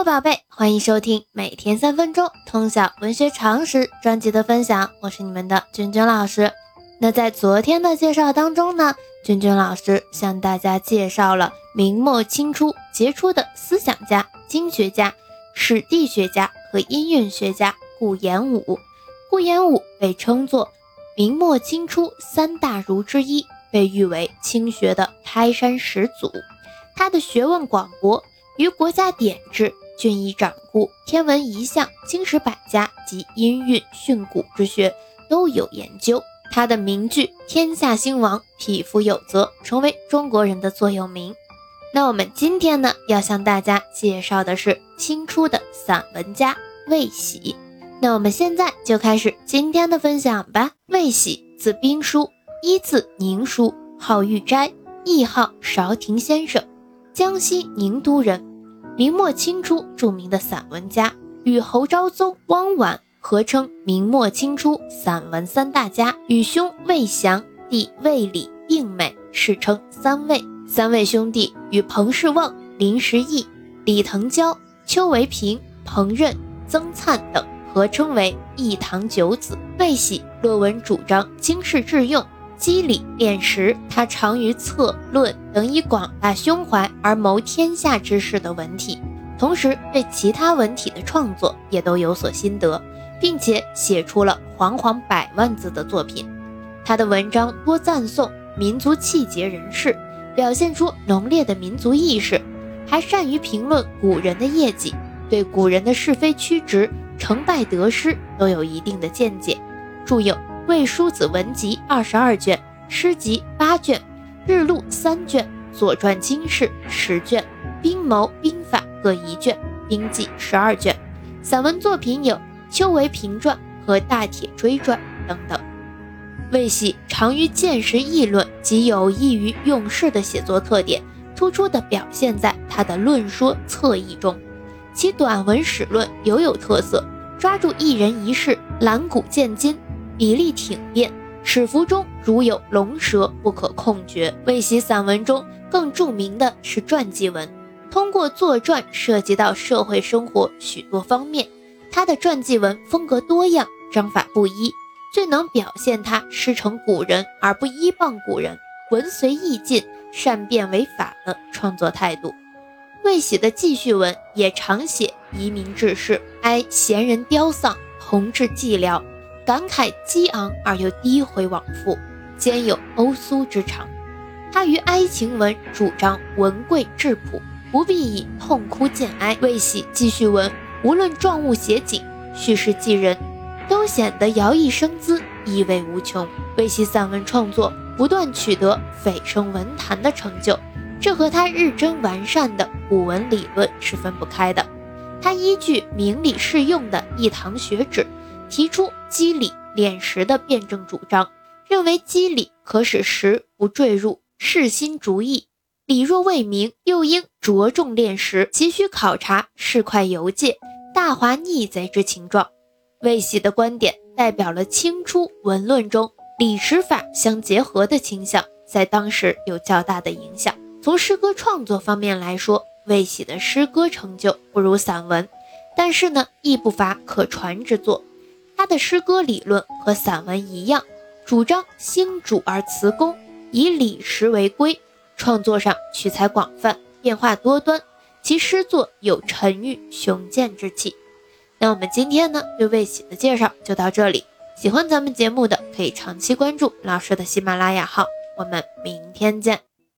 Hello， 宝贝，欢迎收听每天3分钟通晓文学常识专辑的分享，我是你们的君君老师。那在昨天的介绍当中呢，君君老师向大家介绍了明末清初杰出的思想家、经学家、史地学家和音韵学家顾炎武。顾炎武被称作明末清初三大儒之一，被誉为清学的开山始祖。他的学问广博，于国家典制、军医掌故、天文仪象、经史百家及音韵训诂之学都有研究。他的名句天下兴亡，匹夫有责成为中国人的座右铭。那我们今天呢，要向大家介绍的是清初的散文家魏喜。那我们现在就开始今天的分享吧。魏喜字宾书，一字宁书，号玉斋，谥号韶亭先生，江西宁都人，明末清初著名的散文家，与侯昭宗、汪婉合称明末清初散文三大家，与兄魏祥、弟魏礼并美，世称三魏。三位兄弟与彭世旺、林时义、李腾蛟、邱维平、彭任、曾粲等合称为一堂九子。魏喜论文主张经世致用，机理炼实，他长于策论等以广大胸怀而谋天下之事的文体，同时对其他文体的创作也都有所心得，并且写出了煌煌100万字的作品。他的文章多赞颂民族气节人士，表现出浓烈的民族意识，还善于评论古人的业绩，对古人的是非曲直、成败得失都有一定的见解。著有《魏书子文集》22卷，诗集8卷，日录3卷，左传经世10卷，兵谋兵法各1卷，兵记12卷。散文作品有《邱维平传》和《大铁锥传》等等。魏喜常于见识议论及有益于用事的写作特点，突出地表现在他的论说策议中。其短文史论尤有特色，抓住一人一事，览古见今，比例挺辩，史符中如有龙蛇不可控绝。魏喜散文中更著名的是传记文，通过作传涉及到社会生活许多方面。他的传记文风格多样，章法不一，最能表现他师承古人而不依傍古人，文随意进，善变为法的创作态度。魏喜的记叙文也常写遗民志士，哀贤人凋丧，同志寂寥，感慨激昂而又低回往复，兼有欧苏之长。他于哀情文主张文贵质朴，不必以痛哭见哀。魏喜记叙文无论状物写景、叙事记人，都显得摇曳生姿，意味无穷。魏喜散文创作不断取得蜚声文坛的成就，这和他日臻完善的古文理论是分不开的。他依据明理适用的一堂学旨，提出机理炼实的辩证主张，认为机理可使实不坠入世心主义，理若未明，又应着重炼实，急需考察市侩游界、大华逆贼之情状。魏喜的观点代表了清初文论中理实法相结合的倾向，在当时有较大的影响。从诗歌创作方面来说，魏喜的诗歌成就不如散文，但是呢，亦不乏可传之作。他的诗歌理论和散文一样，主张兴主而辞功，以理实为归，创作上取材广泛，变化多端，其诗作有沉郁雄健之气。那我们今天呢，对魏喜的介绍就到这里。喜欢咱们节目的可以长期关注老师的喜马拉雅号，我们明天见。